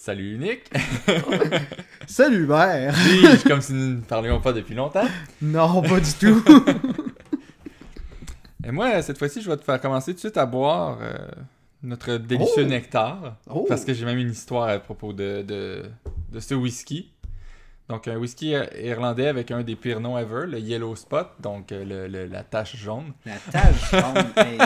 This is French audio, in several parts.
Salut Nick! Salut Hubert! Oui, comme si nous ne parlions pas depuis longtemps. Non, pas du tout! Et moi, cette fois-ci, je vais te faire commencer tout de suite à boire notre délicieux nectar. Oh! Parce que j'ai même une histoire à propos de ce whisky. Donc, un whisky irlandais avec un des pires noms ever, le Yellow Spot, donc la tache jaune. La tache jaune, hey.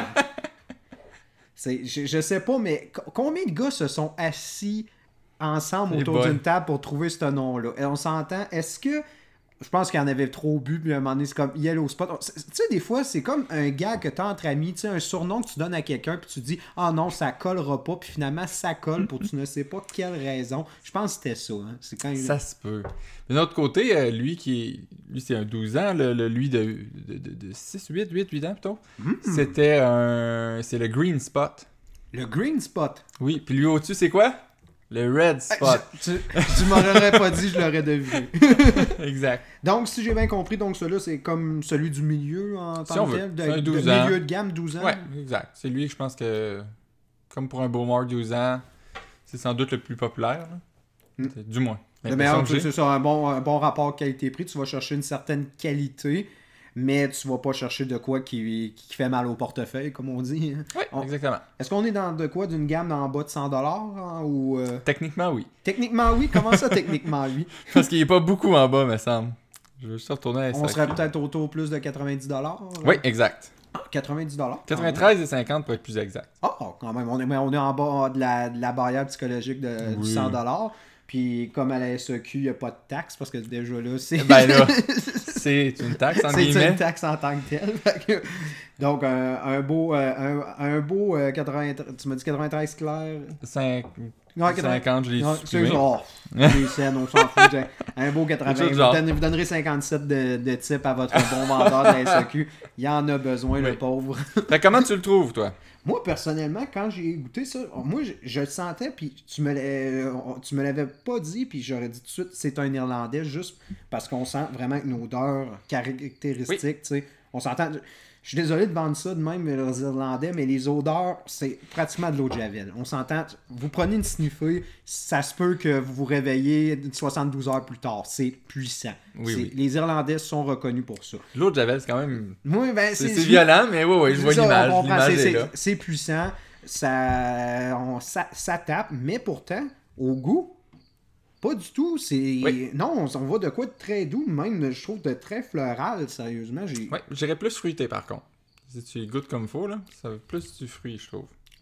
Je sais pas, mais combien de gars se sont assis ensemble autour d'une table pour trouver ce nom-là? Et on s'entend, est-ce que... Je pense qu'il y en avait trop bu, puis à un moment donné, c'est comme Yellow Spot. Tu sais, des fois, c'est comme un gars que t'as entre amis, tu sais, un surnom que tu donnes à quelqu'un, puis tu dis « Ah non, ça collera pas », puis finalement, ça colle pour tu ne sais pas quelle raison. Je pense que c'était ça. Hein. C'est quand Ça se peut. De l'autre côté, lui, c'est un 12 ans, lui de 6, 8 ans plutôt, c'est le Green Spot. Le Green Spot? Oui, puis lui au-dessus, c'est quoi? Le Red Spot. Tu m'aurais pas dit, je l'aurais deviné. Exact. Donc, si j'ai bien compris, donc celui-là, c'est comme celui du milieu en tant que tel. C'est un 12 ans. Milieu de gamme, 12 ans. Ouais, exact. C'est lui que je pense que, comme pour un Bowmore 12 ans, c'est sans doute le plus populaire. Du moins. Le meilleur, c'est ça, un bon rapport qualité-prix. Tu vas chercher une certaine qualité, mais tu vas pas chercher de quoi qui fait mal au portefeuille, comme on dit. Oui, exactement. Est-ce qu'on est dans de quoi d'une gamme en bas de 100$ hein, ou Techniquement, oui. Techniquement, oui? Comment ça, techniquement, oui? Parce qu'il est pas beaucoup en bas, me semble. Je vais juste retourner à On serait peut-être autour plus de 90$. Oui, exact. 90$. 93,50 pour être plus exact. Quand même. On est en bas de la barrière psychologique du 100$. Puis comme à la SEQ, il n'y a pas de taxe parce que déjà là, c'est... Ben là, c'est une taxe en guillemets. C'est une taxe en tant que telle. Donc un beau 93, tu m'as dit 93 clair? 50, je l'ai supprimé. Les scènes, on s'en fout. Un beau 80. Vous donnerez 57 de type à votre bon vendeur de la SEQ. Il y en a besoin, le pauvre. Fait comment tu le trouves, toi? Moi, personnellement, quand j'ai goûté ça, moi, je le sentais, puis tu me l'avais pas dit, puis j'aurais dit tout de suite, c'est un Irlandais, juste parce qu'on sent vraiment une odeur caractéristique, tu sais. On s'entend... Je suis désolé de vendre ça de même, les Irlandais, mais les odeurs, c'est pratiquement de l'eau de Javel. On s'entend, vous prenez une sniffée, ça se peut que vous vous réveillez 72 heures plus tard. C'est puissant. Oui. Les Irlandais sont reconnus pour ça. L'eau de Javel, c'est quand même... Oui, ben, c'est violent, mais oui, je vois l'image. L'image est là. C'est puissant, ça tape, mais pourtant, au goût, pas du tout. Non, on voit de quoi de très doux, même, je trouve, de très floral, sérieusement. Ouais, j'irais plus fruité, par contre. Si tu goûtes comme il faut, là, ça veut plus du fruit, je trouve.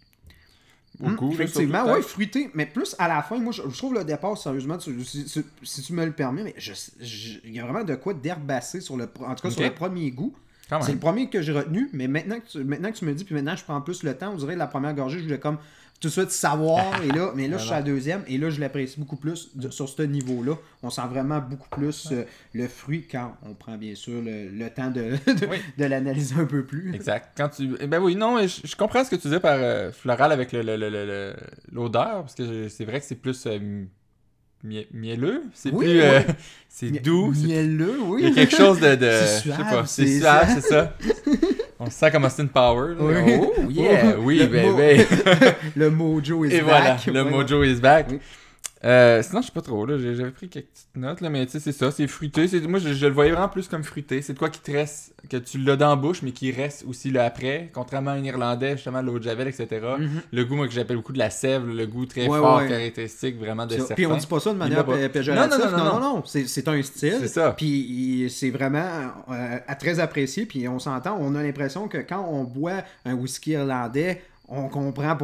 Au goût, effectivement, oui, fruité, mais plus à la fin, moi, je trouve le départ, sérieusement, si tu me le permets, mais il y a vraiment de quoi d'herbacé, sur le premier goût. C'est le premier que j'ai retenu, mais maintenant que tu me le dis, puis maintenant je prends plus le temps, on dirait la première gorgée, je voulais comme tout de suite savoir, mais là je suis à la deuxième, et là je l'apprécie beaucoup plus sur ce niveau-là. On sent vraiment beaucoup plus le fruit quand on prend bien sûr le temps de l'analyser un peu plus. Exact. Ben oui, non, je comprends ce que tu dis par floral avec l'odeur, parce que c'est vrai que c'est plus... mielleux, c'est plus c'est doux, mielleux, oui. Il y a quelque chose de c'est suave, je sais pas, c'est suave, c'est ça. On se sent comme Austin Powers. Oui. Oh yeah, oui bébé. Le mojo is back. Et voilà, le mojo is back. Oui. Sinon, je sais pas trop, là, j'avais pris quelques petites notes, là, mais tu sais, c'est ça, c'est fruité. Moi, je le voyais vraiment plus comme fruité. C'est de quoi qui te reste, que tu l'as dans la bouche, mais qui reste aussi là après. Contrairement à un Irlandais, justement, l'eau de Javel, etc. Le goût, moi, que j'appelle beaucoup de la sève, le goût très fort, caractéristique, vraiment de certains. Puis on dit pas ça de manière péjorative. Non. C'est un style. C'est ça. Puis c'est vraiment très apprécié. Puis on s'entend, on a l'impression que quand on boit un whisky irlandais, on comprend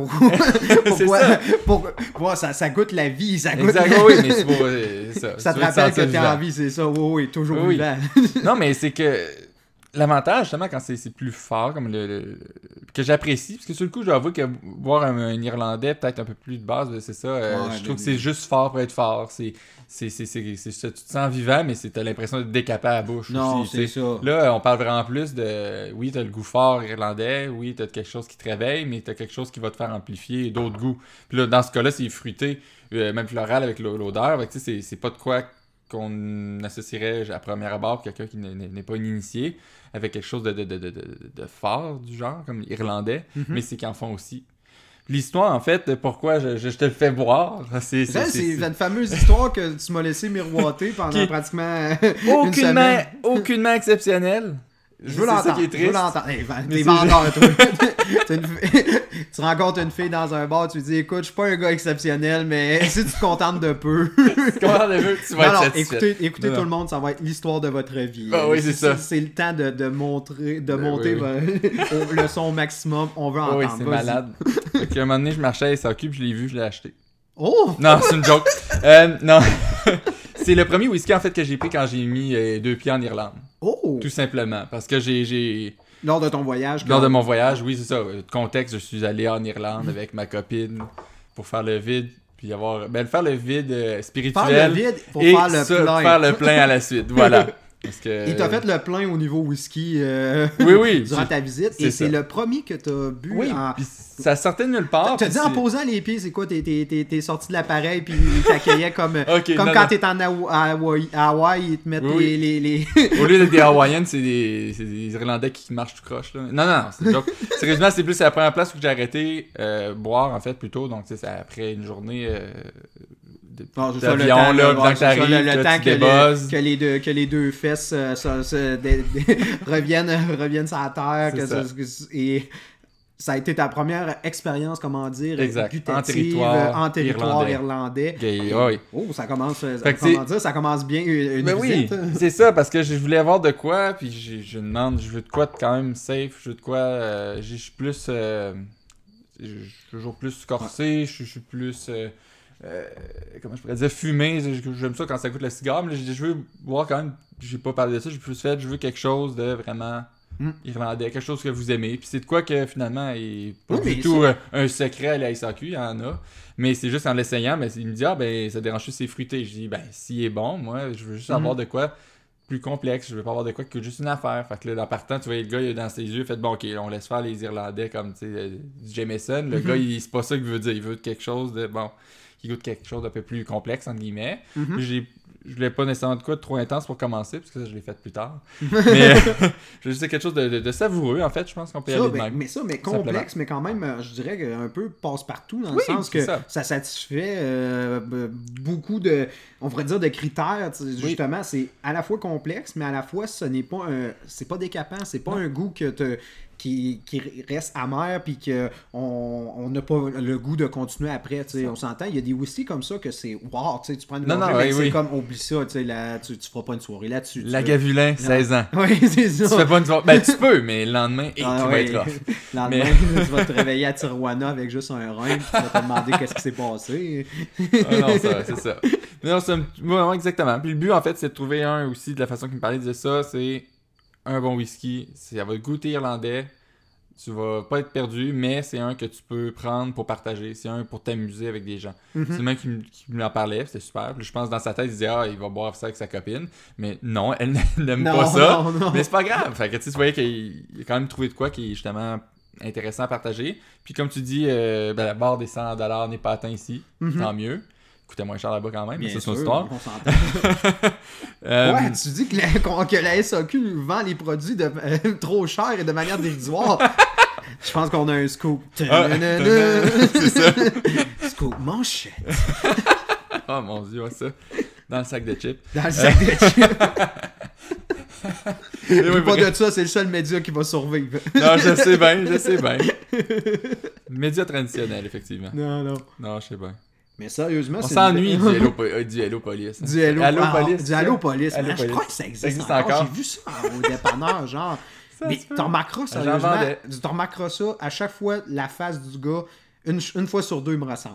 pourquoi ça goûte la vie, ça goûte... Exactement, oui, mais c'est pour ça. Ça te rappelle que t'es en vie, c'est ça, oui, toujours vivant. Non, mais c'est que l'avantage, justement, quand c'est plus fort, comme que j'apprécie, parce que sur le coup, j'avoue que voir un Irlandais peut-être un peu plus de base, c'est ça, je trouve que c'est juste fort pour être fort, c'est tu te sens vivant, mais t'as l'impression de décaper à la bouche. Non, aussi, c'est ça. Là, on parle vraiment plus de... Oui, t'as le goût fort irlandais, oui, t'as quelque chose qui te réveille, mais t'as quelque chose qui va te faire amplifier d'autres goûts. Puis là, dans ce cas-là, c'est fruité, même floral avec l'odeur, c'est pas de quoi qu'on associerait à première abord quelqu'un qui n'est pas initié, avec quelque chose de fort du genre, comme irlandais, mais c'est qu'ils en font aussi. L'histoire, en fait, pourquoi je te le fais boire, c'est une fameuse histoire que tu m'as laissé miroiter pendant pratiquement une semaine. Aucunement exceptionnelle. Je veux l'entendre. Je veux l'entendre. T'es vendeur, toi. Tu rencontres une fille dans un bar, tu lui dis écoute, je suis pas un gars exceptionnel, mais si tu te contentes de peu. Tu vas être satisfait. Écoutez tout le monde, ça va être l'histoire de votre vie. Ah oui, c'est ça. C'est le temps de monter le son au maximum. On veut entendre. Oui, c'est malade. Fait qu'à un moment donné, je marchais à SAQ, puis je l'ai vu, je l'ai acheté. Oh! Non, c'est une joke. Non. C'est le premier whisky en fait que j'ai pris quand j'ai mis 2 pieds en Irlande. Oh! Tout simplement. Parce que j'ai... Lors de ton voyage? Lors de mon voyage, oui, c'est ça. Contexte, je suis allé en Irlande avec ma copine pour faire le vide. Puis faire le vide spirituel. Faire le vide pour faire le plein. Faire le plein à la suite. Voilà. Parce que... Il t'a fait le plein au niveau whisky oui. durant ta visite. Et c'est le premier que t'as bu. Oui, puis ça sortait de nulle part. T'as dit en posant les pieds, c'est quoi? T'es sorti de l'appareil puis ils t'accueillaient comme quand t'es en Hawaï, ils te mettent les... Au lieu d'être des Hawaïennes, c'est des Irlandais qui marchent tout croche. Là. Non, c'est une joke. Sérieusement, c'est plus la première place où j'ai arrêté boire, en fait, plutôt. Donc, c'est après une journée... d'avion, là, le temps que t'arrives, le temps que que les deux fesses reviennent sur la terre. Et ça a été ta première expérience, comment dire, gustative, en territoire irlandais. Oui. Oh, ça commence bien une visite. Oui, c'est ça, parce que je voulais avoir de quoi, puis je demande, je veux de quoi de quand même safe, je veux de quoi, je suis plus, je suis toujours plus corsé, je suis plus... comment je pourrais dire, fumé, j'aime ça quand ça goûte le cigare, mais je veux voir quand même, j'ai pas parlé de ça, j'ai plus fait, je veux quelque chose de vraiment irlandais, quelque chose que vous aimez, puis c'est de quoi que finalement est pas du tout un secret à la SAQ, il y en a, mais c'est juste en l'essayant, mais il me dit ça dérange juste c'est fruité, je dis s'il est bon, moi je veux juste avoir de quoi plus complexe, je veux pas avoir de quoi que juste une affaire, fait que là, en partant, tu vois, le gars, il a dans ses yeux, fait ok, on laisse faire les Irlandais comme, tu sais, du Jameson, le gars, c'est pas ça qu'il veut dire, il veut quelque chose de, qui goûte quelque chose d'un peu plus complexe, entre guillemets. Je voulais pas nécessairement de quoi de trop intense pour commencer, parce que ça, je l'ai fait plus tard. Mais je veux juste quelque chose de savoureux, en fait, je pense qu'on peut y aller de même. Mais complexe, mais quand même, je dirais un peu passe-partout, dans le sens que ça satisfait beaucoup de, on pourrait dire, de critères. Justement, c'est à la fois complexe, mais à la fois, ce n'est pas c'est pas décapant, c'est pas un goût qui reste amer puis qu'on n'a pas le goût de continuer après. On s'entend, il y a des whisky comme ça que c'est wow, tu prends une gorgée, c'est comme oublie ça, tu feras pas une soirée là-dessus. La Gavulin, 16 ans. Oui, c'est ça. Tu fais pas une soirée. Tu peux, mais le lendemain, tu vas être off. Le lendemain, tu vas te réveiller à Tijuana avec juste un rein, tu vas te demander qu'est-ce qui s'est passé. Non, c'est ça. Non, exactement. Puis le but, en fait, c'est de trouver un aussi, de la façon qu'il me parlait, de ça, c'est un bon whisky, ça va goûter irlandais, tu vas pas être perdu, mais c'est un que tu peux prendre pour partager, c'est un pour t'amuser avec des gens. C'est le mec qui me en parlait, c'était super. Puis je pense dans sa tête, il disait il va boire ça avec sa copine, mais non, elle n'aime pas ça. Non. Mais c'est pas grave. Fait que tu voyais qu'il a quand même trouvé de quoi qui est justement intéressant à partager. Puis comme tu dis, la barre des 100$ n'est pas atteinte ici, tant mieux. Coûtait moins cher là-bas quand même, mais c'est son histoire. Ouais, tu dis que la SAQ vend les produits trop chers et de manière dérisoire. Je pense qu'on a un scoop. C'est ça. Scoop manchette. Oh mon dieu, ça. Dans le sac de chips. Dans le sac de chips. Pas de ça, c'est le seul média qui va survivre. Non, je sais bien. Média traditionnel, effectivement. Non, je sais bien. Mais sérieusement, on s'ennuie du Hello Police. Du Hello Police. Je crois que ça existe encore. J'ai vu ça au dépanneur, genre. Mais tu remarqueras ça, à chaque fois, la face du gars, une fois sur deux, il me ressemble.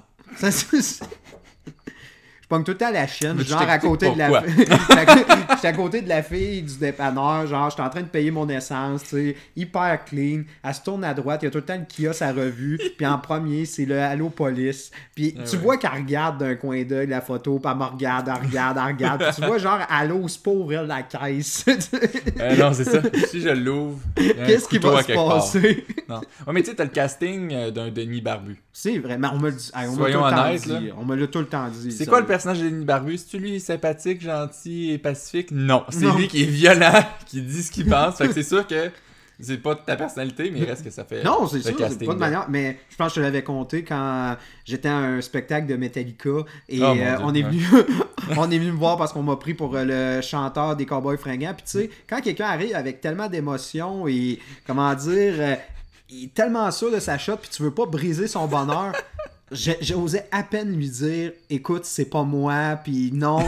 Je pogne tout le temps la chaîne, genre à côté de la j'étais à côté de la fille du dépanneur, genre j'étais en train de payer mon essence, tu sais, hyper clean, elle se tourne à droite, il y a tout le temps le kiosque à revue, puis en premier, c'est le Allo Police. Puis tu vois qu'elle regarde d'un coin d'œil la photo, puis elle me regarde, elle regarde, puis tu vois genre Allo, c'est pas ouvrir la caisse. Non, c'est ça. Si je l'ouvre, qu'est-ce qui va se passer? Non. Ouais, mais tu sais, t'as le casting d'un Denis Barbu. C'est vraiment, on me le dit. Soyons honnêtes, là. On me l'a tout le temps dit. C'est quoi le personnage de Denis Barbu? C'est-tu lui sympathique, gentil et pacifique? Non. C'est lui qui est violent, qui dit ce qu'il pense. Fait que c'est sûr que C'est pas ta personnalité, mais il reste que ça fait. Non, c'est ça, c'est pas de manière. Mais je pense que je te l'avais compté quand j'étais à un spectacle de Metallica et on est venu me voir parce qu'on m'a pris pour le chanteur des Cowboys Fringants. Puis tu sais, quand quelqu'un arrive avec tellement d'émotion et comment dire, il est tellement sûr de sa shot, puis tu veux pas briser son bonheur. J'osais à peine lui dire écoute, c'est pas moi, puis non.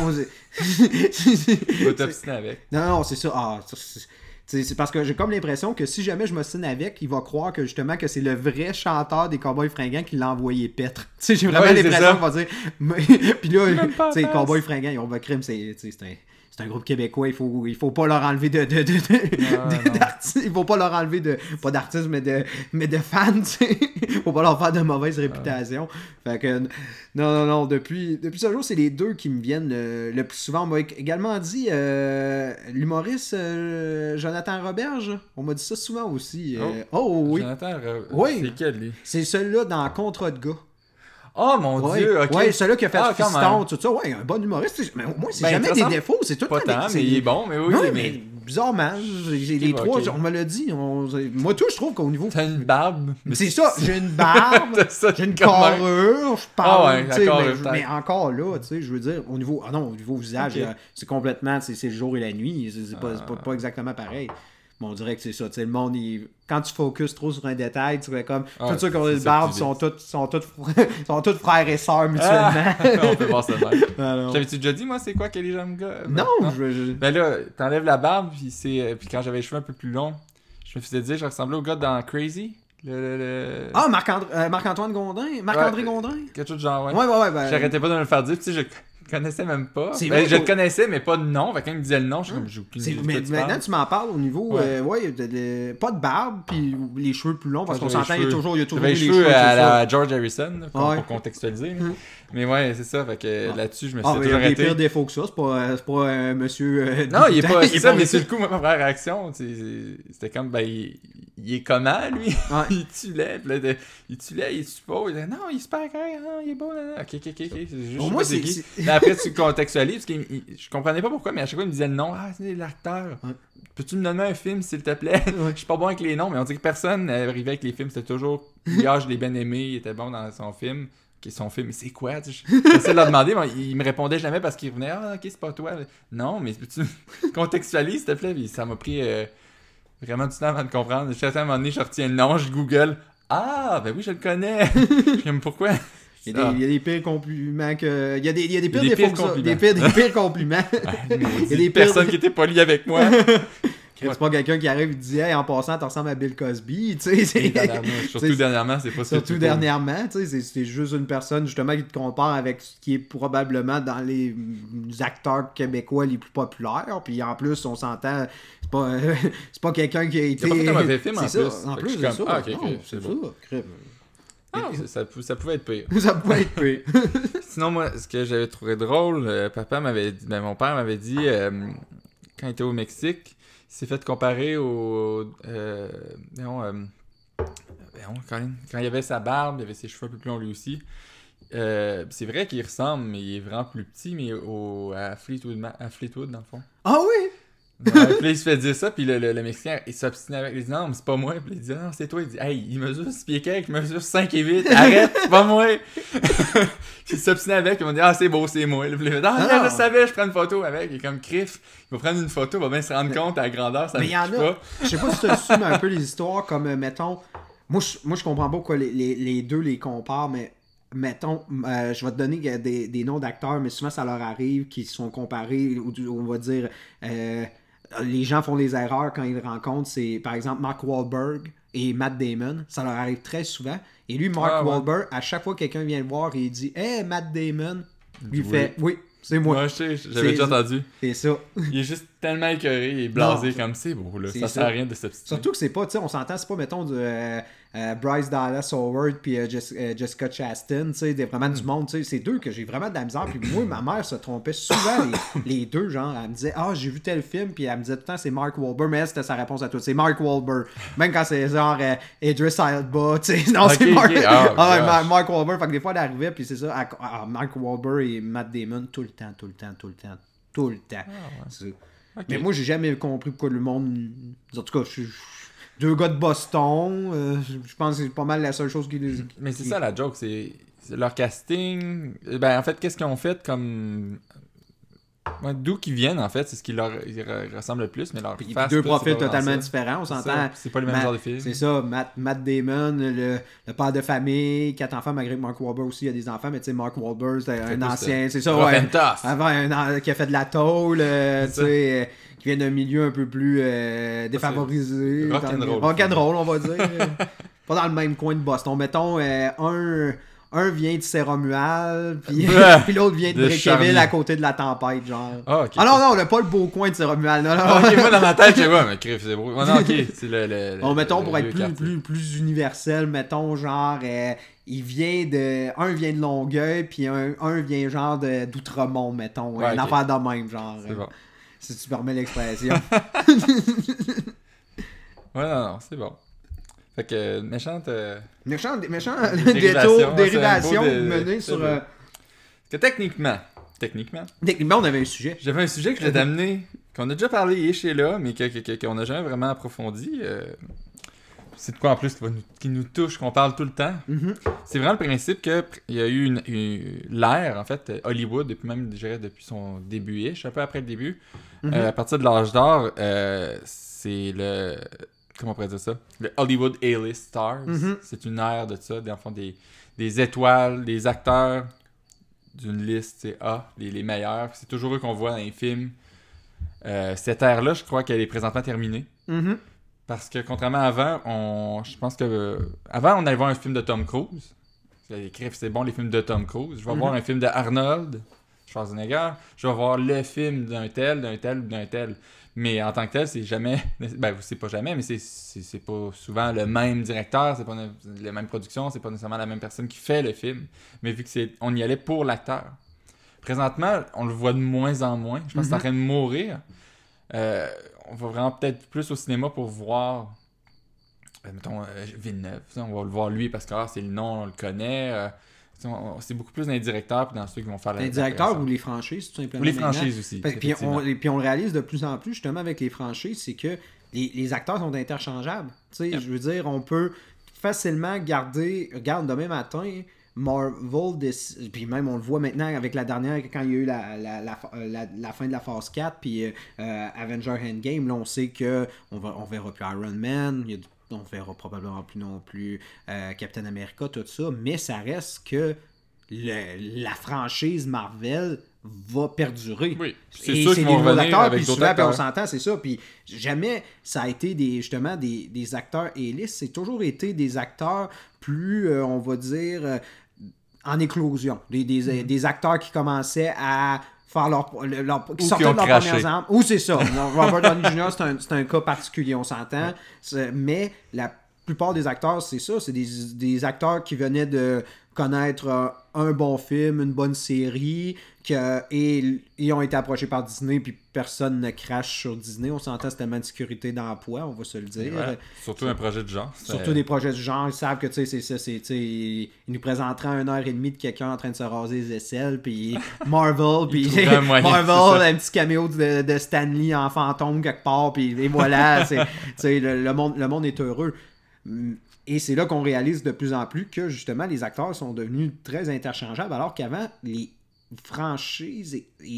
Tu vas t'obstiner avec. Non, c'est ça. C'est parce que j'ai comme l'impression que si jamais je m'ostine avec, il va croire que justement que c'est le vrai chanteur des Cowboys Fringants qui l'a envoyé paître. Tu sais, j'ai vraiment l'impression qu'il va dire. Puis là, tu sais, les Cowboys Fringants, ils ont le crime, c'est un groupe québécois, il faut pas leur enlever d'artistes. Il faut pas leur enlever pas d'artistes, mais de fans, tu sais. Faut pas leur faire de mauvaise réputation. Fait que, non, depuis ce jour, c'est les deux qui me viennent le plus souvent. On m'a également dit, l'humoriste Jonathan Roberge, on m'a dit ça souvent aussi. Oui. Jonathan oui. C'est quel, lui? C'est celui-là dans Contrat de gars. Oh mon Dieu, ok. Ouais, celui-là qui a fait Fiston, tout ça. Ouais, un bon humoriste. Mais au moins, c'est jamais des défauts, c'est tout pas tant, mais il est bon, mais oui. Non, mais bizarrement, les trois, on me l'a dit. Moi, tout, je trouve qu'au niveau. T'as une barbe. C'est ça, j'ai une barbe, j'ai une carrure, je parle. Mais encore là, tu sais, je veux dire, au niveau visage, c'est complètement, c'est le jour et la nuit. C'est pas exactement pareil. Bon, on dirait que c'est ça. Tu sais, le monde, quand tu focuses trop sur un détail, tu fais comme. Tous ceux qui ont une barbe sont tous frères et sœurs mutuellement. On peut voir ça même. J'avais-tu déjà dit, moi, c'est quoi que les gens me gars? Non, Ben là, t'enlèves la barbe, puis quand j'avais les cheveux un peu plus longs, je me faisais dire, je ressemblais au gars dans Crazy. Marc-Antoine Gondin? Marc-André Gondin? Quelque chose de genre, ouais. Ouais. J'arrêtais pas de me le faire dire, puis tu sais, je connaissais même pas. Je le connaissais, mais pas de nom. Fait quand il me disait le nom, je suis comme, j'ai aucune idée. Mais maintenant, tu m'en parles au niveau. Pas de barbe, puis les cheveux plus longs, parce qu'on s'entend, il y a toujours les cheveux à la George Harrison, pour contextualiser. Mais ouais, c'est ça. Fait que là-dessus, je me suis toujours arrêté. Il y a des pires défauts que ça. C'est pas un monsieur. Non, il est pas. C'est ça, mais sur le coup, ma première réaction, c'était comme, il est comment, lui? Il tuait. Il est beau. Il disait, non, il est super correct. Il est beau. Ok. C'est juste. Moi, mais après, tu contextualises. Parce que je comprenais pas pourquoi, mais à chaque fois, il me disait le nom. Ah, c'est l'acteur. Peux-tu me donner un film, s'il te plaît? Je suis pas bon avec les noms, mais on dirait que personne n'arrivait avec les films. C'était toujours. Je l'ai bien aimé. Il était bon dans son film. Ok, son film, mais c'est quoi? J'essaie de leur demander, mais il me répondait jamais parce qu'il revenait. Ah, ok, c'est pas toi. Non, mais peux-tu contextualises, s'il te plaît? Puis ça m'a pris vraiment du temps avant de comprendre. À un moment donné, je retiens le nom, je google. Ah, ben oui, je le connais. Je me pourquoi? Il y a des pires compliments que. Il y a des pires défauts que ça. Des pires compliments. Il y a des personnes qui étaient polies avec moi. C'est pas quelqu'un qui arrive et te dit hey, en passant, tu ressembles à Bill Cosby. Surtout dernièrement, c'est pas ça. Surtout dernièrement, c'est juste une personne justement qui te compare avec ce qui est probablement dans les acteurs québécois les plus populaires. Puis en plus, on s'entend, c'est pas quelqu'un qui a été. Il a pas fait un mauvais film en plus. En plus, c'est ça. Ah, ok, c'est bon. Ça pouvait être pire. Ça pouvait être pire. Sinon, moi, ce que j'avais trouvé drôle, mon père m'avait dit, quand il était au Mexique, il s'est fait comparer quand il avait sa barbe, il avait ses cheveux un peu plus longs lui aussi. C'est vrai qu'il ressemble, mais il est vraiment plus petit, mais à Fleetwood, dans le fond. Ah oui? Puis là, il se fait dire ça, puis le Mexicain, il s'obstine avec. Il dit non, mais c'est pas moi. Puis il dit non, c'est toi. Il dit hey, il mesure 6 pieds quelques, il mesure 5 et 8. Arrête, c'est pas moi. Puis il s'obstine avec, puis il m'a dit ah, c'est beau, c'est moi. Puis il dit je savais, je prends une photo avec. Il est comme Criff, il va prendre une photo, il va bien se rendre compte à la grandeur, ça me touche pas. Je sais pas si tu as su, mais un peu les histoires comme, mettons, moi je comprends pas pourquoi les deux les comparent, mais. Mettons, je vais te donner des noms d'acteurs, mais souvent ça leur arrive qui sont comparés, ou on va dire, les gens font des erreurs quand ils le rencontrent. C'est par exemple Mark Wahlberg et Matt Damon. Ça leur arrive très souvent. Et lui, Mark Wahlberg, à chaque fois que quelqu'un vient le voir et il dit hey, Matt Damon, lui fait oui, c'est moi. Moi, j'avais déjà entendu. C'est ça. Il est juste tellement écœuré et blasé comme c'est beau, là. Ça sert à rien de s'obstiner. Surtout que c'est pas, tu sais, on s'entend, c'est pas, mettons, Bryce Dallas Howard puis Jessica Chastain, tu sais, vraiment du monde, tu sais, c'est deux que j'ai vraiment de la misère. Puis moi, ma mère se trompait souvent les deux, genre, elle me disait ah, j'ai vu tel film, puis elle me disait tout le temps c'est Mark Wahlberg, mais elle, c'était sa réponse à tout, c'est Mark Wahlberg. Même quand c'est genre Idris Elba, tu sais, non, c'est Mark. Mark Wahlberg, fait que des fois elle arrivait, puis c'est ça, Mark Wahlberg et Matt Damon tout le temps. Okay. Mais moi, j'ai jamais compris pourquoi le monde. En tout cas, 2 gars de Boston. Je pense que c'est pas mal la seule chose qui les... Mais c'est ça la joke, c'est leur casting. Ben, en fait, qu'est-ce qu'ils ont fait comme... D'où qu'ils viennent, en fait, c'est ce qui leur ressemble le plus, mais leur face... 2 profils totalement différents, on s'entend. C'est pas le même genre de film. C'est ça, Matt Damon, le père de famille, 4 enfants, malgré que Mark Wahlberg aussi, il y a des enfants, mais tu sais, Mark Wahlberg, c'est un ancien, c'est ça, avant, qui a fait de la tôle, tu sais, qui vient d'un milieu un peu plus défavorisé. Rock'n'roll, on va dire. Pas dans le même coin de Boston. Mettons, un vient de Saint-Romuald, puis l'autre vient de Brickeville à côté de la tempête, genre. Ah non, on n'a pas le beau coin de Saint-Romuald. Non. Ok, moi dans ma tête, je sais pas, mais crif, c'est beau. Non, ok, c'est le mettons, pour être plus universel, mettons, genre, un vient de Longueuil, puis un vient genre d'Outremont, mettons. Une affaire de même, genre. C'est bon. Si tu permets l'expression. Non, c'est bon. Fait que, méchante dérivation menée sur... Que techniquement, on avait un sujet. J'avais un sujet que je voulais t'amener, qu'on a déjà parlé chez là, mais qu'on n'a jamais vraiment approfondi. C'est de quoi en plus qui nous touche, qu'on parle tout le temps. Mm-hmm. C'est vraiment le principe qu'il y a eu l'ère, en fait, Hollywood, depuis son début-ish, un peu après le début. Mm-hmm. À partir de l'âge d'or, c'est le... Comment on pourrait dire ça? Le Hollywood A-list stars. Mm-hmm. C'est une ère de ça, des étoiles, des acteurs d'une liste, c'est A, les meilleurs. C'est toujours eux qu'on voit dans les films. Cette ère-là, je crois qu'elle est présentement terminée. Mm-hmm. Parce que contrairement à avant, je pense que avant on allait voir un film de Tom Cruise. C'est bon les films de Tom Cruise. Je vais voir un film de Arnold Schwarzenegger. Je vais voir le film d'un tel. Mais en tant que tel, c'est jamais... Ben, c'est pas jamais, mais c'est pas souvent le même directeur, c'est pas la même production, c'est pas nécessairement la même personne qui fait le film. Mais vu que on y allait pour l'acteur. Présentement, on le voit de moins en moins. Je pense que c'est en train de mourir. On va vraiment peut-être plus au cinéma pour voir... mettons, Villeneuve. On va le voir lui parce que c'est le nom, on le connaît. C'est beaucoup plus dans les directeurs que dans ceux qui vont faire les directeurs ou les franchises, tout simplement. Ou les franchises aussi. Puis on le réalise de plus en plus, justement, avec les franchises, c'est que les acteurs sont interchangeables. Je veux dire, on peut facilement garder... Regarde, demain matin, Marvel... Puis même, on le voit maintenant avec la dernière, quand il y a eu la fin de la phase 4, puis Avenger Endgame, là, on sait qu'on verra plus Iron Man, on verra probablement plus non plus Captain America, tout ça, mais ça reste que la franchise Marvel va perdurer. Oui, c'est sûr qu'ils vont revenir avec d'autres acteurs. On s'entend, c'est ça. Puis jamais ça a été des acteurs A-list, c'est toujours été des acteurs plus, on va dire, en éclosion. Des acteurs qui commençaient à faire qui sortaient de leurs premières armes. Ou c'est ça. Robert Downey Jr., c'est un cas particulier, on s'entend. Mais la plupart des acteurs, c'est ça. C'est des acteurs qui venaient de connaître un bon film, une bonne série, et ils ont été approchés par Disney, puis personne ne crache sur Disney. On s'entend, c'est tellement de sécurité d'emploi, on va se le dire. Ouais, surtout un projet de genre. Surtout des projets du genre, ils savent que tu sais, c'est ça. Ils nous présenteraient 1h30 de quelqu'un en train de se raser les aisselles, puis Marvel, puis Marvel, un petit caméo de Stan Lee en fantôme quelque part, puis et voilà, le monde est heureux. Et c'est là qu'on réalise de plus en plus que, justement, les acteurs sont devenus très interchangeables, alors qu'avant, les franchises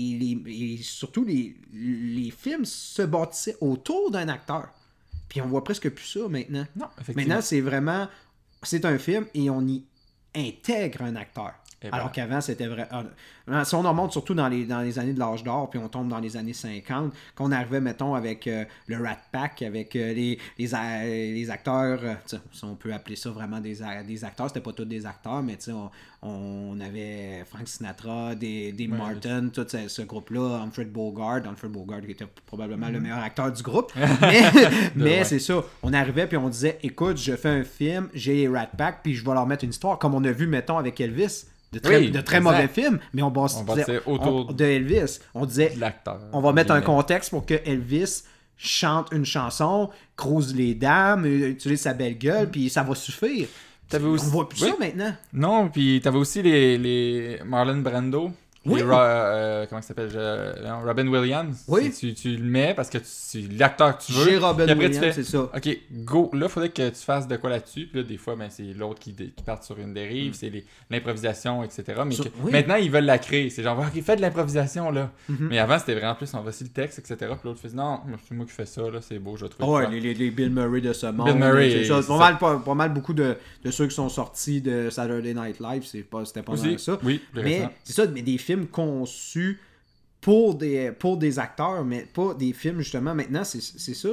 et surtout les films se bâtissaient autour d'un acteur. Puis on voit presque plus ça maintenant. Non, effectivement. Maintenant, c'est vraiment... C'est un film et on y intègre un acteur. Alors qu'avant, c'était vrai. Si on remonte surtout dans les années de l'âge d'or, puis on tombe dans les années 50, qu'on arrivait, mettons, avec le Rat Pack, avec les acteurs, si on peut appeler ça vraiment des acteurs, c'était pas tous des acteurs, mais on avait Frank Sinatra, Dave Martin, tout ce groupe-là, Humphrey Bogart qui était probablement le meilleur acteur du groupe. Mais c'est ça. On arrivait, puis on disait, écoute, je fais un film, j'ai les Rat Pack, puis je vais leur mettre une histoire, comme on a vu, mettons, avec Elvis. De très mauvais films, mais on bâtissait autour de Elvis. On disait, on va mettre un contexte pour que Elvis chante une chanson, crouse les dames, utilise sa belle gueule, puis ça va suffire. On voit plus ça maintenant. Non, puis t'avais aussi les Marlon Brando Oui. Comment il s'appelle Robin Williams. Oui. Tu le mets parce que c'est l'acteur que tu veux. J'ai Robin Williams, c'est ça. Ok, go. Là, il faudrait que tu fasses de quoi là-dessus. Puis là, des fois, c'est l'autre qui part sur une dérive. C'est l'improvisation, etc. Mais maintenant, ils veulent la créer. C'est genre, ok, fais de l'improvisation, là. Mais avant, c'était vraiment plus, on va sur le texte, etc. Puis l'autre fait, non, c'est moi qui fais ça, là. C'est beau, je trouve. Ouais, les Bill Murray de ce monde. Bill Murray. Pas mal beaucoup de ceux qui sont sortis de Saturday Night Live. C'était pas mal ça. Oui, mais c'est ça, mais des films conçus pour des acteurs, mais pas des films, justement. Maintenant, c'est ça,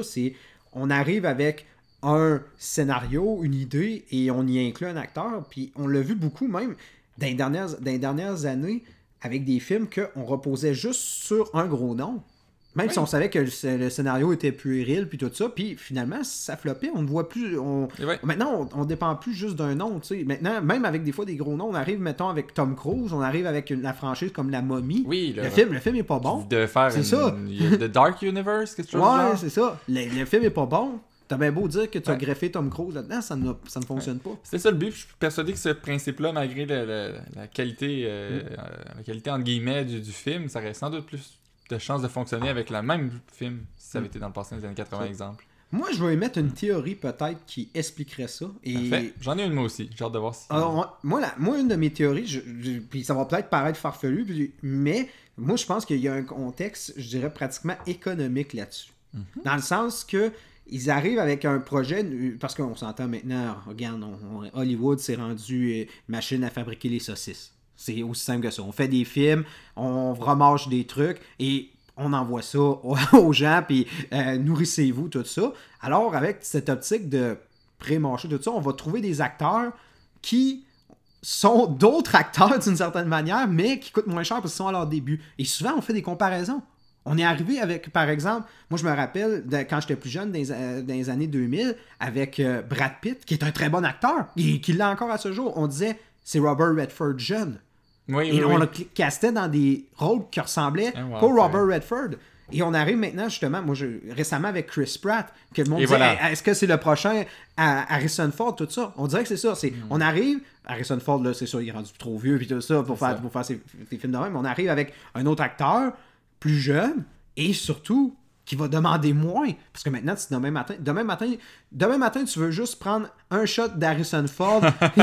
on arrive avec un scénario, une idée, et on y inclut un acteur, puis on l'a vu beaucoup même dans les dernières années avec des films qu'on reposait juste sur un gros nom. Même si on savait que le scénario était puéril, puis tout ça, puis finalement, ça floppait, on ne voit plus... Maintenant, on dépend plus juste d'un nom, tu sais. Maintenant, même avec des fois des gros noms, on arrive, mettons, avec Tom Cruise, on arrive avec la franchise comme La Momie. Oui, le film est pas bon. De faire The Dark Universe, quelque chose ouais, c'est ça. Le film est pas bon. T'as bien beau dire que tu as greffé Tom Cruise là-dedans, ça ne fonctionne pas. C'était ça le but, je suis persuadé que ce principe-là, malgré la qualité, la qualité entre guillemets du film, ça aurait sans doute plus de chances de fonctionner avec le même film si ça avait été dans le passé des années 80, exemple. Moi, je vais émettre une théorie peut-être qui expliquerait ça. Parfait. J'en ai une moi aussi, j'ai hâte de voir si... Alors, moi, une de mes théories, puis ça va peut-être paraître farfelu, mais moi, je pense qu'il y a un contexte, je dirais, pratiquement économique là-dessus. Mm-hmm. Dans le sens que ils arrivent avec un projet, parce qu'on s'entend maintenant, regarde, Hollywood s'est rendu machine à fabriquer les saucisses. C'est aussi simple que ça. On fait des films, on remâche des trucs et on envoie ça aux gens, puis nourrissez-vous, tout ça. Alors, avec cette optique de pré-mâcher tout ça, on va trouver des acteurs qui sont d'autres acteurs d'une certaine manière, mais qui coûtent moins cher parce qu'ils sont à leur début. Et souvent, on fait des comparaisons. On est arrivé avec, par exemple, moi je me rappelle quand j'étais plus jeune, dans les années 2000, avec Brad Pitt, qui est un très bon acteur, et qui l'a encore à ce jour. On disait, c'est Robert Redford jeune. Et on le castait dans des rôles qui ressemblaient pas au Robert Redford. Et on arrive maintenant, justement, récemment avec Chris Pratt, que le monde disait, est-ce que c'est le prochain Harrison Ford, tout ça? On dirait que c'est ça. On arrive, Harrison Ford, là, c'est sûr, il est rendu trop vieux, puis tout ça, pour faire ses films de même. On arrive avec un autre acteur, plus jeune, et surtout qui va demander moins. Parce que maintenant, demain matin, tu veux juste prendre un shot d'Harrison Ford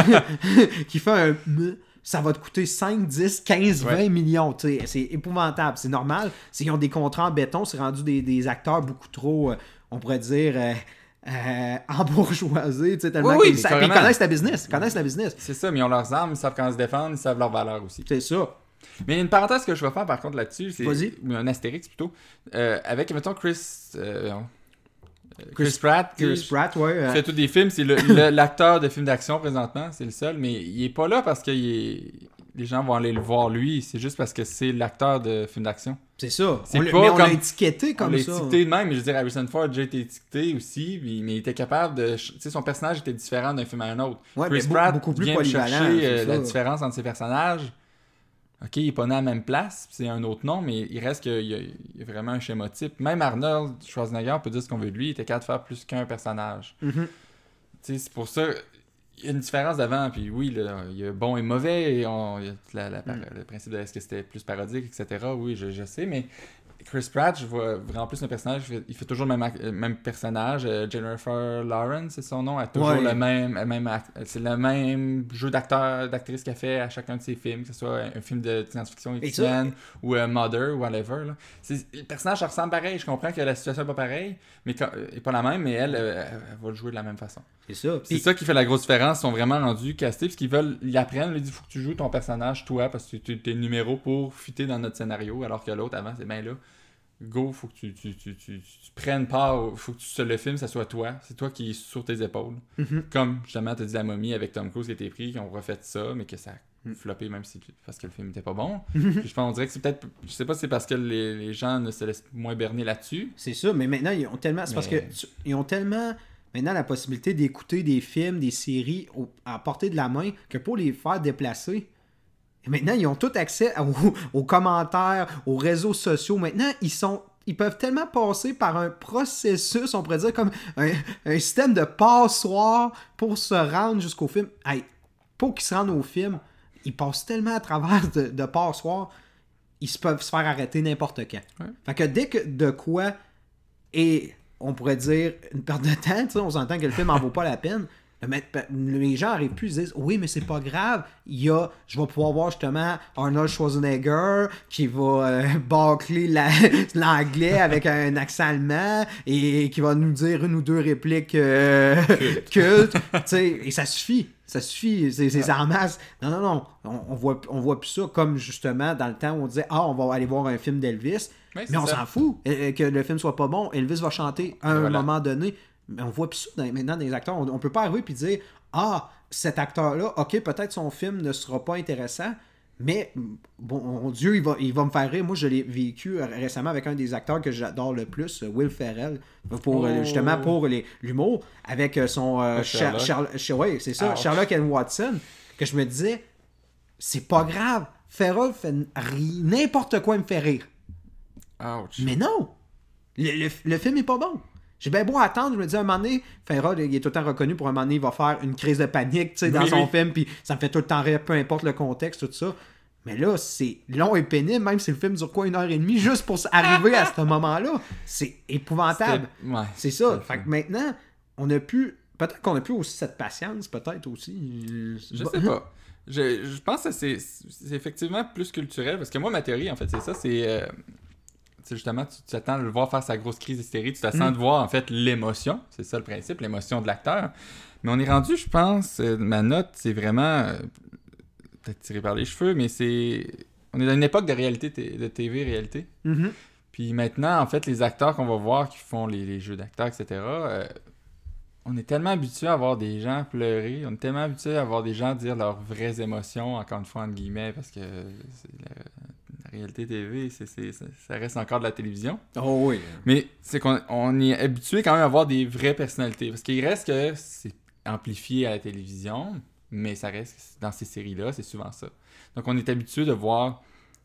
qui fait un... Ça va te coûter 5, 10, 15, 20 millions. C'est épouvantable. C'est normal. Ils ont des contrats en béton. C'est rendu des acteurs beaucoup trop, on pourrait dire... embourgeoisés, tellement qu'ils connaissent la business. C'est ça, mais ils ont leurs armes, ils savent comment se défendre, ils savent leur valeur aussi. C'est ça. Mais une parenthèse que je vais faire par contre là-dessus, c'est un astérix plutôt, avec, mettons, Chris Pratt. Chris Pratt, ouais. Fait tous des films, c'est l'acteur de films d'action présentement, c'est le seul, mais il est pas là parce que les gens vont aller le voir lui, c'est juste parce que c'est l'acteur de films d'action. C'est ça. On l'a étiqueté comme ça. On l'a étiqueté de même, mais je veux dire, Harrison Ford a déjà été étiqueté aussi, mais il était capable de... Tu sais, son personnage était différent d'un film à un autre. Ouais, Chris Pratt beaucoup plus vient polyvalent, chercher la différence entre ses personnages. Ok, il est pas né à la même place, c'est un autre nom, mais il reste qu'il y a vraiment un schéma type. Même Arnold Schwarzenegger, on peut dire ce qu'on veut de lui, il était capable de faire plus qu'un personnage. Mm-hmm. Tu sais, c'est pour ça, il y a une différence d'avant, puis oui, il y a bon et mauvais, et il y a le principe de est-ce que c'était plus parodique, etc. Oui, je sais, mais Chris Pratt, je vois vraiment plus un personnage, il fait toujours le même personnage. Jennifer Lawrence, c'est son nom, elle a toujours c'est le même jeu d'actrice qu'elle fait à chacun de ses films, que ce soit un film de science-fiction X-Men ou Mother ou whatever. Là. Le personnage ça ressemble pareil, je comprends que la situation n'est pas pareille, mais n'est pas la même, mais elle va le jouer de la même façon. C'est ça qui fait la grosse différence, ils sont vraiment rendus castés, parce qu'ils veulent, ils apprennent, ils disent faut que tu joues ton personnage toi, parce que tu es numéro pour fitter dans notre scénario, alors que l'autre avant, c'est bien là. Go, faut que tu prennes part, faut que le film, ça soit toi. C'est toi qui est sur tes épaules. Mm-hmm. Comme, justement, t'as dit La Momie avec Tom Cruise qui a été pris, qui ont refait ça, mais que ça a floppé même parce que le film était pas bon. Puis je pense, on dirait que c'est peut-être, je sais pas si c'est parce que les gens ne se laissent moins berner là-dessus. C'est ça, mais maintenant, ils ont tellement... C'est parce que ils ont tellement... Maintenant, la possibilité d'écouter des films, des séries à portée de la main, que pour les faire déplacer... Et maintenant, ils ont tout accès aux commentaires, aux réseaux sociaux. Maintenant, ils peuvent tellement passer par un processus, on pourrait dire comme un système de passoire pour se rendre jusqu'au film. Pour qu'ils se rendent au film, ils passent tellement à travers de passoires. ils peuvent se faire arrêter n'importe quand. Ouais. Fait que dès que de quoi est, on pourrait dire, une perte de temps, on s'entend que le film en vaut pas la peine, les gens auraient pu se dire oui, mais c'est pas grave, je vais pouvoir voir justement Arnold Schwarzenegger qui va bâcler l'anglais avec un accent allemand et qui va nous dire une ou deux répliques cultes, et ça suffit, c'est en masse. Non, on voit plus ça comme justement dans le temps où on disait on va aller voir un film d'Elvis, mais on s'en fout que le film soit pas bon, Elvis va chanter à un moment donné. Mais on voit plus ça maintenant dans les acteurs. On peut pas arriver et dire cet acteur-là, ok, peut-être son film ne sera pas intéressant, mais bon, mon Dieu, il va me faire rire. Moi, je l'ai vécu récemment avec un des acteurs que j'adore le plus, Will Ferrell, justement pour l'humour, avec son oui, c'est ça, Sherlock and Watson, que je me disais, c'est pas grave, Ferrell fait n'importe quoi, il me fait rire. Ouch. Mais non! Le film est pas bon. J'ai bien beau attendre, je me dis, un moment donné, Ferrell, il est tout le temps reconnu pour un moment donné, il va faire une crise de panique dans son film, puis ça me fait tout le temps rire, peu importe le contexte, tout ça. Mais là, c'est long et pénible, même si le film dure 1h30, juste pour arriver à ce moment-là. C'est épouvantable. C'est ça. Fait que maintenant, peut-être qu'on a plus aussi cette patience, peut-être aussi. Je sais pas. Je pense que c'est effectivement plus culturel, parce que moi, ma théorie, en fait, c'est ça, c'est justement, tu t'attends de le voir faire sa grosse crise d'hystérie, tu t'attends de voir, en fait, l'émotion. C'est ça le principe, l'émotion de l'acteur. Mais on est rendu, je pense, ma note, c'est vraiment, peut-être tiré par les cheveux, mais on est dans une époque de réalité, de TV réalité. Mm-hmm. Puis maintenant, en fait, les acteurs qu'on va voir qui font les jeux d'acteurs, etc., on est tellement habitué à voir des gens pleurer, on est tellement habitué à voir des gens dire leurs vraies émotions, encore une fois, entre guillemets, parce que la réalité TV, ça reste encore de la télévision. Oh oui. Mais c'est qu'on est habitué quand même à voir des vraies personnalités, parce qu'il reste que c'est amplifié à la télévision, mais ça reste, dans ces séries-là, c'est souvent ça. Donc on est habitué de voir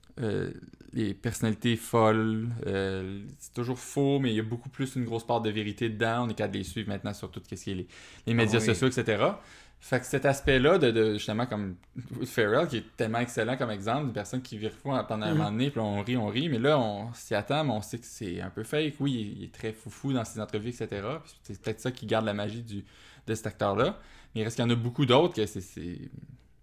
les personnalités folles, c'est toujours faux, mais il y a beaucoup plus une grosse part de vérité dedans. On est capable de les suivre maintenant sur tout ce qui est les médias sociaux, etc. Fait que cet aspect-là de justement comme Ferrell, qui est tellement excellent comme exemple, une personne qui vire fou pendant un moment donné, puis on rit, mais là on s'y attend, mais on sait que c'est un peu fake. Oui, il est très foufou dans ses entrevues, etc. Puis c'est peut-être ça qui garde la magie de cet acteur-là. Mais il reste qu'il y en a beaucoup d'autres que c'est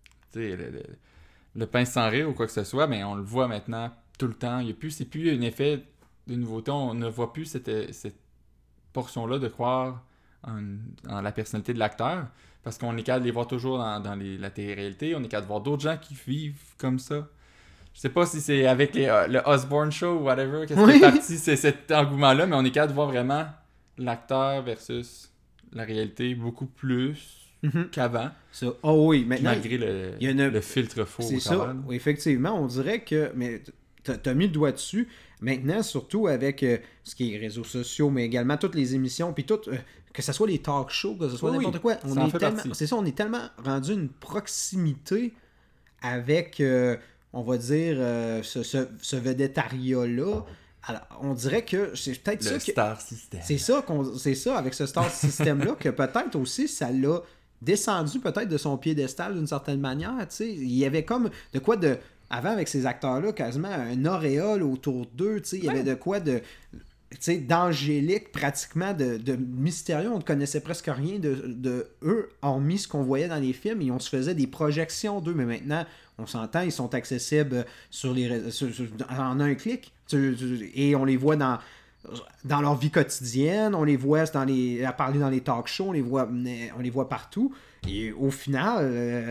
le pince sans rire ou quoi que ce soit, mais on le voit maintenant tout le temps. C'est plus un effet de nouveauté. On ne voit plus cette portion-là de croire en la personnalité de l'acteur, parce qu'on est capable de les voir toujours dans la télé-réalité. On est capable de voir d'autres gens qui vivent comme ça. Je sais pas si c'est avec le Osborne Show ou whatever, qu'est-ce qui est parti, c'est cet engouement-là, mais on est capable de voir vraiment l'acteur versus la réalité beaucoup plus qu'avant. Ça. Oh oui, maintenant. Malgré le filtre faux. C'est ça. Oui, effectivement, on dirait que. Mais t'as mis le doigt dessus. Maintenant, surtout avec ce qui est réseaux sociaux, mais également toutes les émissions, puis tout, que ce soit les talk shows, que ce soit n'importe quoi. C'est ça, on est tellement rendu une proximité avec, on va dire, ce vedettariat-là. Alors, on dirait que c'est peut-être le star system. C'est ça, avec ce star system-là, que peut-être aussi ça l'a descendu peut-être de son piédestal d'une certaine manière. T'sais. Il y avait comme de quoi de. Avant, avec ces acteurs-là, quasiment un auréole autour d'eux. Il y avait de quoi de. D'angélique, pratiquement de mystérieux. On ne connaissait presque rien de eux, hormis ce qu'on voyait dans les films, et on se faisait des projections d'eux. Mais maintenant, on s'entend, ils sont accessibles sur en un clic. Et on les voit dans leur vie quotidienne, on les voit à parler dans les talk shows, on les voit partout. Et au final,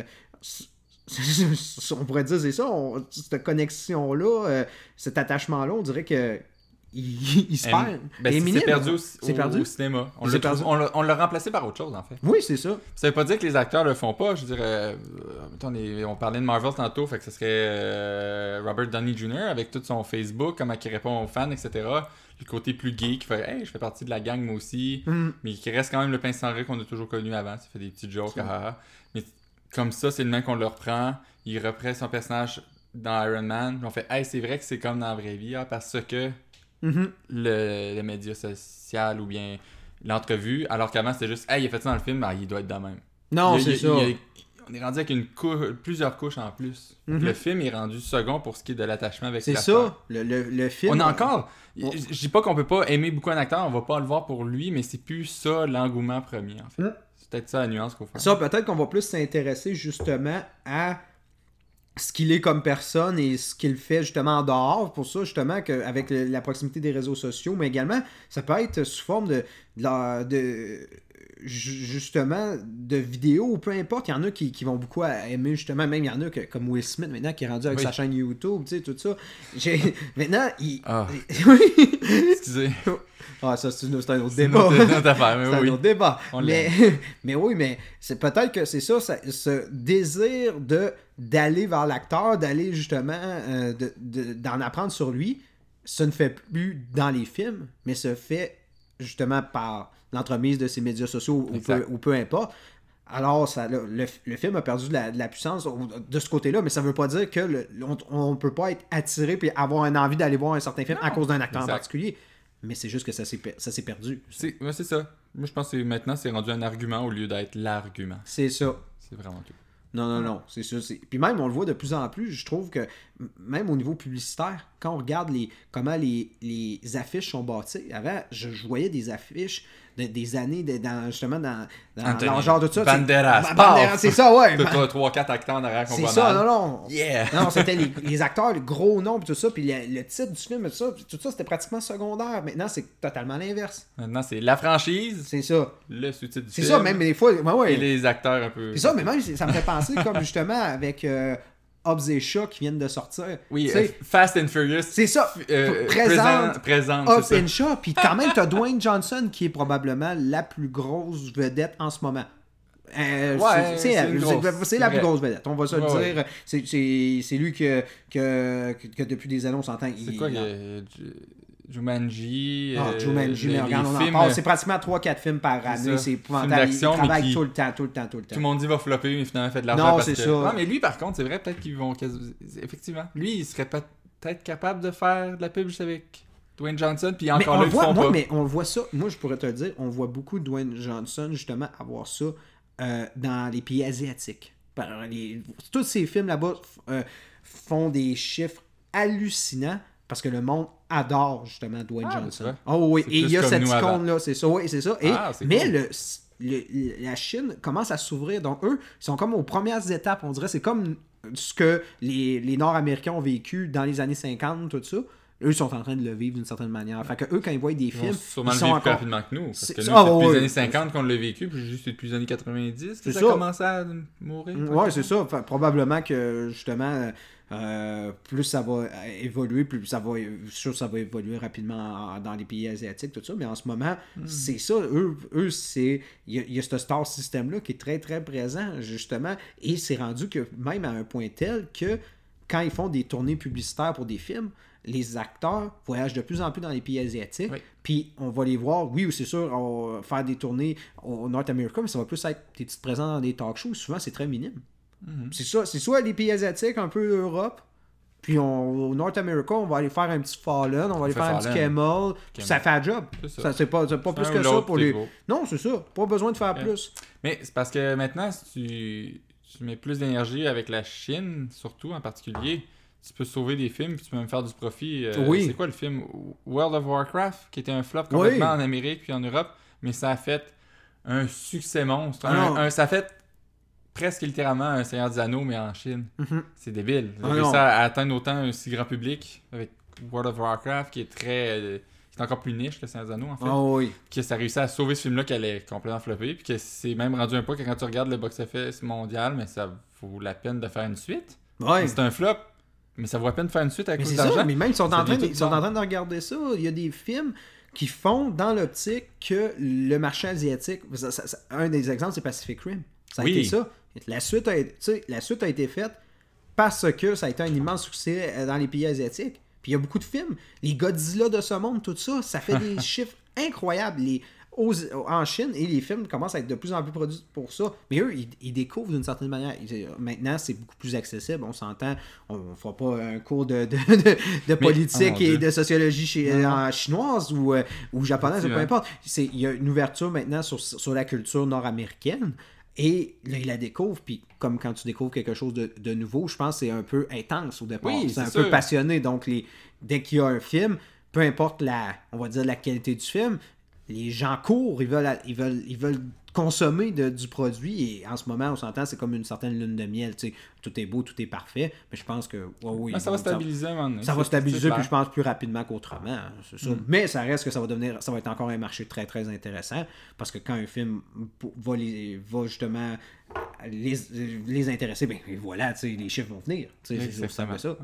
on pourrait dire, c'est ça, cette connexion-là, cet attachement-là, on dirait que il se perd. C'est perdu au cinéma. On l'a remplacé par autre chose, en fait. Oui, c'est ça. Ça veut pas dire que les acteurs le font pas. Je dirais, on parlait de Marvel tantôt, fait que ce serait Robert Downey Jr. avec tout son Facebook, comment il répond aux fans, etc. Le côté plus geek, qui fait « Hey, je fais partie de la gang, moi aussi. Mais qui reste quand même le pince sans rire qu'on a toujours connu avant. Ça fait des petits jokes, mais comme ça, c'est le même qu'on le reprend. Il reprend son personnage dans Iron Man. On fait « Hey, c'est vrai que c'est comme dans la vraie vie, parce que le média social ou bien l'entrevue, alors qu'avant c'était juste « Hey, il a fait ça dans le film, il doit être de même. » Non, c'est ça. on est rendu avec plusieurs couches en plus. Le film est rendu second pour ce qui est de l'attachement avec l'acteur. C'est ça, le film... On a encore... Je dis pas qu'on peut pas aimer beaucoup un acteur, on va pas le voir pour lui, mais c'est plus ça l'engouement premier, en fait. C'est peut-être ça la nuance qu'on fait. Ça, peut-être qu'on va plus s'intéresser justement à ce qu'il est comme personne et ce qu'il fait justement en dehors. Pour ça, justement, avec la proximité des réseaux sociaux, mais également, ça peut être sous forme justement de vidéos ou peu importe. Il y en a qui vont beaucoup aimer justement, même il y en a comme Will Smith maintenant qui est rendu avec sa chaîne YouTube, tu sais, tout ça. Maintenant, Excusez. Ça c'est un autre débat. C'est une autre affaire, mais c'est oui. un autre débat. Mais oui, mais c'est peut-être que c'est ça, ce désir d'aller vers l'acteur, d'aller justement d'en apprendre sur lui, ça ne fait plus dans les films, mais se fait justement par l'entremise de ces médias sociaux ou peu importe. Alors, le film a perdu de la puissance de ce côté-là, mais ça ne veut pas dire qu'on ne peut pas être attiré et avoir une envie d'aller voir un certain film à cause d'un acteur en particulier. Mais c'est juste que ça s'est perdu. C'est ça. Moi, je pense que maintenant, c'est rendu un argument au lieu d'être l'argument. C'est ça. C'est vraiment tout. Non, c'est ça. Puis même, on le voit de plus en plus, je trouve que même au niveau publicitaire, quand on regarde comment les affiches sont bâties, avant, je voyais des affiches des années justement dans le genre de ça. Banderas, c'est ça, ouais. T'as 3-4 acteurs en arrière qu'on voit C'est ça, mal. non. Yeah! Non, c'était les acteurs, le gros nom, tout ça, puis le titre du film, tout ça, c'était pratiquement secondaire. Maintenant, c'est totalement l'inverse. Maintenant, c'est la franchise. C'est ça. Le sous-titre du film. C'est ça, même des fois. Ouais. Et les acteurs un peu. C'est ça, mais même, ça me fait penser comme justement avec Hobbs et Shaw qui viennent de sortir. Oui, Fast and Furious. C'est ça. Présente. Hobbs et Shaw. Puis quand même, t'as Dwayne Johnson qui est probablement la plus grosse vedette en ce moment. C'est la plus grosse vedette, on va se le dire. C'est lui que depuis des années, on s'entend. C'est quoi Jumanji. Jumanji, mais regarde, on en parle. C'est pratiquement 3-4 films par année. C'est épouvantable. Il travaille tout le temps. Tout le monde dit va flopper, mais finalement fait de l'argent. Non, c'est ça. Non, mais lui, par contre, c'est vrai, peut-être qu'ils vont. Effectivement. Lui, il serait peut-être capable de faire de la pub juste avec Dwayne Johnson, puis encore là, ils font pas. Mais on voit ça. Moi, je pourrais te le dire, on voit beaucoup de Dwayne Johnson, justement, avoir ça dans les pays asiatiques. Tous ces films là-bas font des chiffres hallucinants. Parce que le monde adore justement Dwayne Johnson. Oh oui, et il y a cette icône-là, c'est ça, oui, c'est ça. Mais la Chine commence à s'ouvrir. Donc eux, ils sont comme aux premières étapes, on dirait. C'est comme ce que les Nord-Américains ont vécu dans les années 50, tout ça. Eux sont en train de le vivre d'une certaine manière. Fait que eux, quand ils voient des films, ils sont encore plus rapidement que nous. Parce que nous, c'est depuis les années 50 qu'on l'a vécu, puis juste depuis les années 90 que ça a commencé à mourir. Ouais, c'est ça. Probablement que justement, plus ça va évoluer, plus ça va évoluer rapidement dans les pays asiatiques, tout ça. Mais en ce moment, c'est ça. Eux c'est. Il y a ce star system-là qui est très, très présent, justement. Et c'est rendu que même à un point tel que quand ils font des tournées publicitaires pour des films, les acteurs voyagent de plus en plus dans les pays asiatiques, puis on va les voir, oui, c'est sûr, on va faire des tournées au North America, mais ça va plus être des petites présences dans des talk shows, souvent c'est très minime. C'est soit les pays asiatiques, un peu Europe, puis au North America, on va aller faire un petit Fallon, on va aller faire un petit Camel, puis ça fait un job. C'est pas plus que ça pour les... Non, c'est ça, pas besoin de faire plus. Mais c'est parce que maintenant, si tu mets plus d'énergie avec la Chine, surtout en particulier, tu peux sauver des films puis tu peux même faire du profit. C'est quoi le film World of Warcraft, qui était un flop complètement en Amérique puis en Europe, mais ça a fait un succès monstre. Ça a fait presque littéralement un Seigneur des Anneaux, mais en Chine. C'est débile. Ça a atteint autant un si grand public avec World of Warcraft, qui est très... c'est encore plus niche que Seigneur des Anneaux, en fait. Que ça a réussi à sauver ce film-là qui allait complètement flopper, puis que c'est même rendu un point que quand tu regardes le box-office mondial, mais ça vaut la peine de faire une suite. C'est un flop. Mais ça vaut la peine de faire une suite avec tout l'argent. Mais même, ils sont en train de regarder ça. Il y a des films qui font dans l'optique que le marché asiatique... un des exemples, c'est Pacific Rim. Ça a été ça. La suite a été faite parce que ça a été un immense succès dans les pays asiatiques. Puis il y a beaucoup de films. Les Godzilla de ce monde, tout ça, ça fait des chiffres incroyables. En Chine, et les films commencent à être de plus en plus produits pour ça. Mais eux, ils découvrent d'une certaine manière. Maintenant, c'est beaucoup plus accessible. On s'entend. On ne fera pas un cours de politique et de sociologie chinoise ou japonaise, peu importe. Il y a une ouverture maintenant sur la culture nord-américaine. Et là, il la découvre, puis comme quand tu découvres quelque chose de nouveau, je pense que c'est un peu intense au départ. Oui, c'est un peu passionné. Donc, dès qu'il y a un film, peu importe on va dire la qualité du film, les gens courent, ils veulent consommer du produit. Et en ce moment, on s'entend, c'est comme une certaine lune de miel. Tu sais, tout est beau, tout est parfait. Mais je pense que oui. Ça va stabiliser à un moment donné. Ça va stabiliser, puis je pense plus rapidement qu'autrement. Hein, c'est ça. Mais ça reste que ça va être encore un marché très, très intéressant. Parce que quand un film va justement les intéresser, ben voilà, les chiffres vont venir. C'est exactement ça.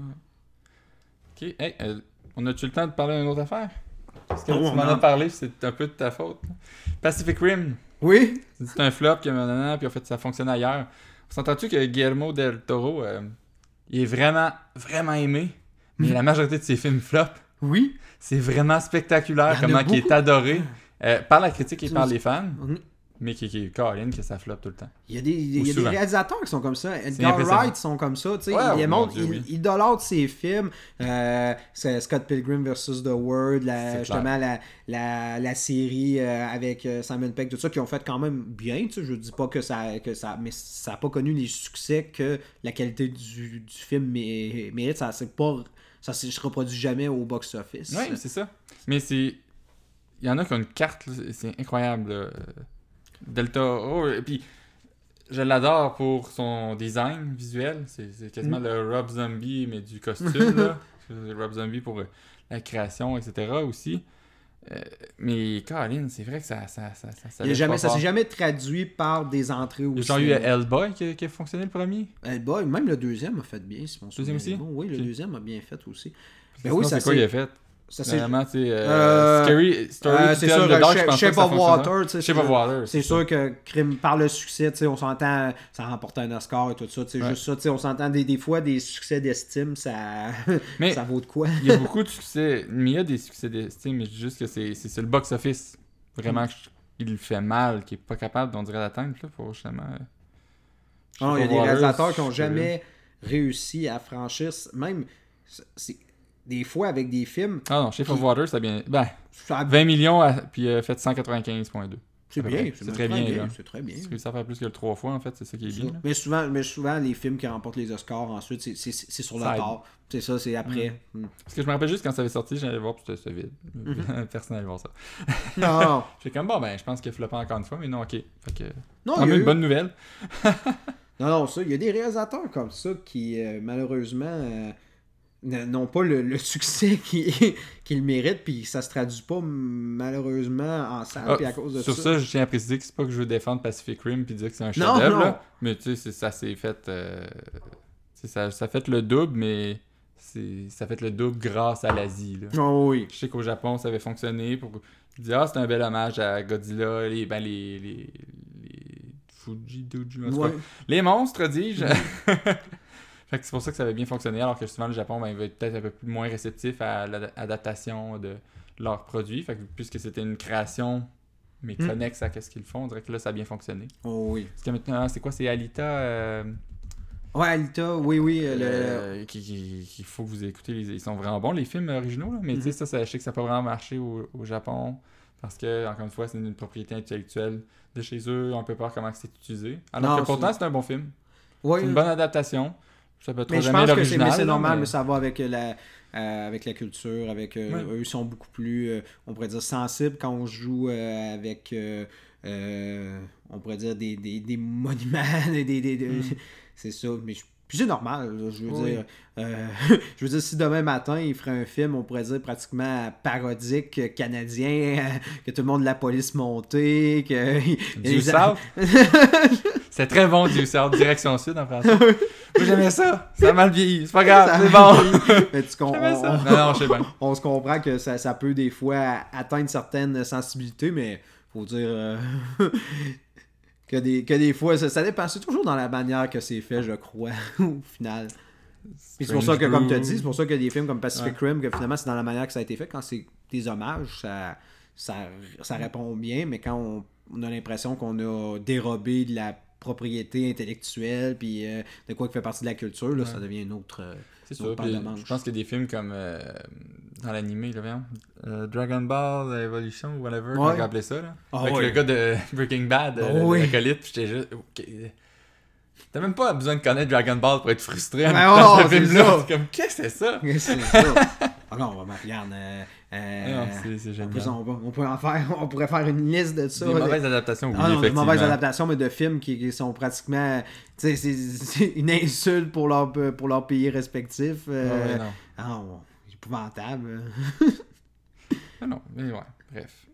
OK. Hey, on a-tu le temps de parler d'une autre affaire? Parce que tu m'en as parlé, c'est un peu de ta faute. Pacific Rim. Oui. C'est un flop, puis en fait, ça fonctionne ailleurs. S'entends-tu que Guillermo del Toro, il est vraiment, vraiment aimé, mais la majorité de ses films flop. Oui. C'est vraiment spectaculaire comment il est adoré par la critique et par les fans. Mais qui est Colin, que ça floppe tout le temps. Il y a des réalisateurs qui sont comme ça. Edgar Wright sont comme ça. Il idolâtre ses films. C'est Scott Pilgrim vs. The World, la série avec Simon Pegg, tout ça, qui ont fait quand même bien. Je dis pas que ça mais ça n'a pas connu les succès que la qualité du film mérite. Ça se reproduit jamais au box-office. Oui, c'est ça. Mais il y en a qui ont une carte, là, c'est incroyable. Là. Del Toro, et puis je l'adore pour son design visuel. C'est quasiment le Rob Zombie, mais du costume. Là. Rob Zombie pour la création, etc. aussi. Mais Colin, c'est vrai que ça ça s'est jamais traduit par des entrées aussi. J'ai eu Hellboy qui a fonctionné le premier. Hellboy, même le deuxième a fait bien. Si mon deuxième aussi? Bon. Oui, le deuxième a bien fait aussi. Mais oui, c'est quoi il a fait? Ça, c'est vraiment, tu sais, Scary Story c'est sûr, Shape of Water, Shape of Water, c'est sûr que par le succès, tu sais, on s'entend, ça remporte un Oscar et tout ça, tu sais, juste ça, tu sais, on s'entend des fois des succès d'estime, ça vaut de quoi. Il y a beaucoup de succès, mais il y a des succès d'estime, mais juste que c'est le box-office vraiment qu'il le fait mal, qu'il est pas capable, on dirait, d'atteindre, là, pour justement... Non, il y a des réalisateurs qui n'ont jamais réussi à franchir, même... Des fois, avec des films... Ah non, Shape of Water, ça a bien... 20 millions, puis fait 195,2. C'est bien. C'est très bien. C'est très bien. Ça fait plus que le 3 fois, en fait. C'est ça qui est bien. Mais souvent, les films qui remportent les Oscars, ensuite, c'est sur le tard. C'est ça, c'est après. Parce que je me rappelle juste quand ça avait sorti, j'allais voir, puis c'était vide. Personne n'allait voir ça. Non. J'étais comme, je pense qu'il a floppé encore une fois, mais non, ok. Fait que... Non, on a une bonne nouvelle. Non, ça, il y a des réalisateurs comme ça qui, malheureusement... n'ont pas le succès qu'ils méritent, puis ça se traduit pas malheureusement en salle, puis à cause de sur ça. Je tiens à préciser que c'est pas que je veux défendre Pacific Rim puis dire que c'est un chef-d'œuvre, là, mais tu sais, ça s'est fait... ça fait le double, mais ça fait le double grâce à l'Asie. Là. Oh oui. Je sais qu'au Japon, ça avait fonctionné pour dire c'est un bel hommage à Godzilla, les Fuji-Doji, les monstres, dis-je. Fait que c'est pour ça que ça avait bien fonctionné, alors que souvent le Japon va être peut-être un peu moins réceptif à l'adaptation de leurs produits. Fait que puisque c'était une création, mais connexe à ce qu'ils font, on dirait que là ça a bien fonctionné. Oh oui. Parce que maintenant, c'est quoi? C'est Alita Ouais, Alita, oui. Qu'il faut que vous écoutez. Ils sont vraiment bons, les films originaux, là, mais tu sais, ça, je sais que ça n'a pas vraiment marché au Japon. Parce que, encore une fois, c'est une propriété intellectuelle de chez eux. On a peu peur comment c'est utilisé. Alors que pourtant, c'est un bon film. Ouais, c'est une bonne adaptation. Ça peut mais je pense que c'est normal, mais ça va avec la culture, eux ils sont beaucoup plus, on pourrait dire, sensibles quand on joue avec, on pourrait dire, des monuments, c'est ça, mais puis c'est normal, là, je veux dire, si demain matin, il ferait un film, on pourrait dire, pratiquement parodique canadien, que tout le monde de la police montée, que... Du South? C'est très bon, du South, direction sud en français. Moi, j'aimais ça. Ça a mal vieilli. C'est pas grave, c'est bon. Mais non, je sais bien. On se comprend que ça peut des fois atteindre certaines sensibilités, mais faut dire que des fois, ça dépend. C'est toujours dans la manière que c'est fait, je crois, au final. Puis c'est pour ça que, comme tu as dit, c'est pour ça qu'il y a des films comme Pacific Rim, que finalement, c'est dans la manière que ça a été fait. Quand c'est des hommages, ça répond bien, mais quand on a l'impression qu'on a dérobé de la propriété intellectuelle, puis de quoi qui fait partie de la culture, là, ça devient une autre... c'est sûr, je pense qu'il y a des films comme dans l'animé, là, Dragon Ball Evolution ou whatever, on va appeler ça, là. Avec le gars de Breaking Bad, l'acolyte, pis j'étais juste... Okay. T'as même pas besoin de connaître Dragon Ball pour être frustré en écoutant ce film-là. C'est comme, qu'est-ce que c'est ça? C'est ça. Ah non, regarde... non, c'est génial. On pourrait faire une liste de ça. Des mauvaises adaptations, oui, effectivement. Des mauvaises adaptations, mais de films qui sont pratiquement... Tu sais, c'est une insulte pour leur pays respectif. Non. Ah non, épouvantable. Non, mais ouais, bref.